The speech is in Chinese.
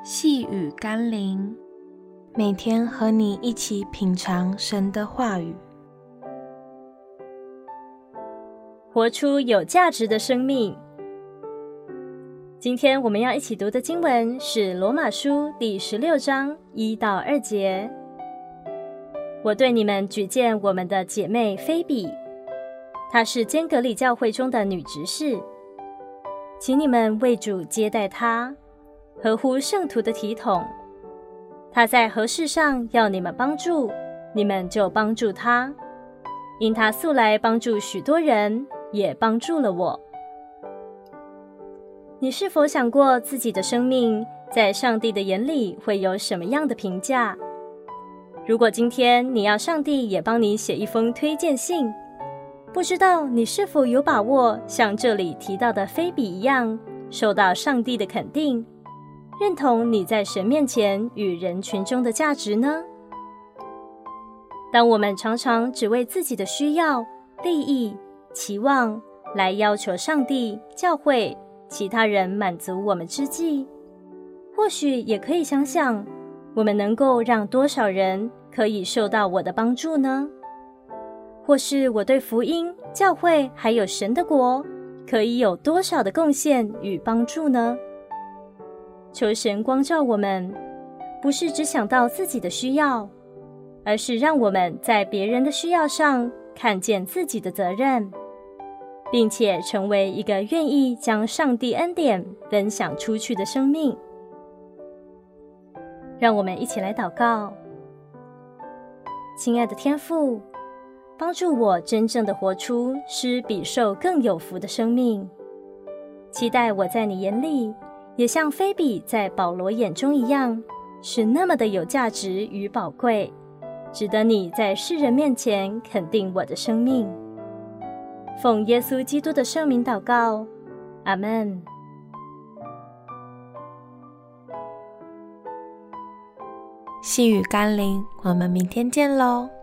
细雨甘霖，每天和你一起品尝神的话语， 活出有价值的生命。今天我们要一起读的经文是罗马书第16章1到2节。我对你们举荐我们的姐妹菲比，她是坚革哩教会中的女执事，请你们为主接待她，合乎圣徒的体统。她在何事上要你们帮助，你们就帮助她，因她素来帮助许多人，也帮助了我。你是否想过自己的生命在上帝的眼里会有什么样的评价？如果今天你要上帝也帮你写一封推荐信，不知道你是否有把握像这里提到的菲比一样，受到上帝的肯定，认同你在神面前与人群中的价值呢？当我们常常只为自己的需要、利益、期望来要求上帝、教会、其他人满足我们之际，或许也可以想想，我们能够让多少人可以受到我的帮助呢？或是我对福音、教会还有神的国，可以有多少的贡献与帮助呢？求神光照我们，不是只想到自己的需要，而是让我们在别人的需要上看见自己的责任，并且成为一个愿意将上帝恩典分享出去的生命。让我们一起来祷告。亲爱的天父，帮助我真正的活出施比受更有福的生命，期待我在你眼里也像菲比在保罗眼中一样，是那么的有价值与宝贵，值得你在世人面前肯定我的生命。奉耶稣基督的圣名祷告，阿们。 细雨甘霖，我们明天见咯。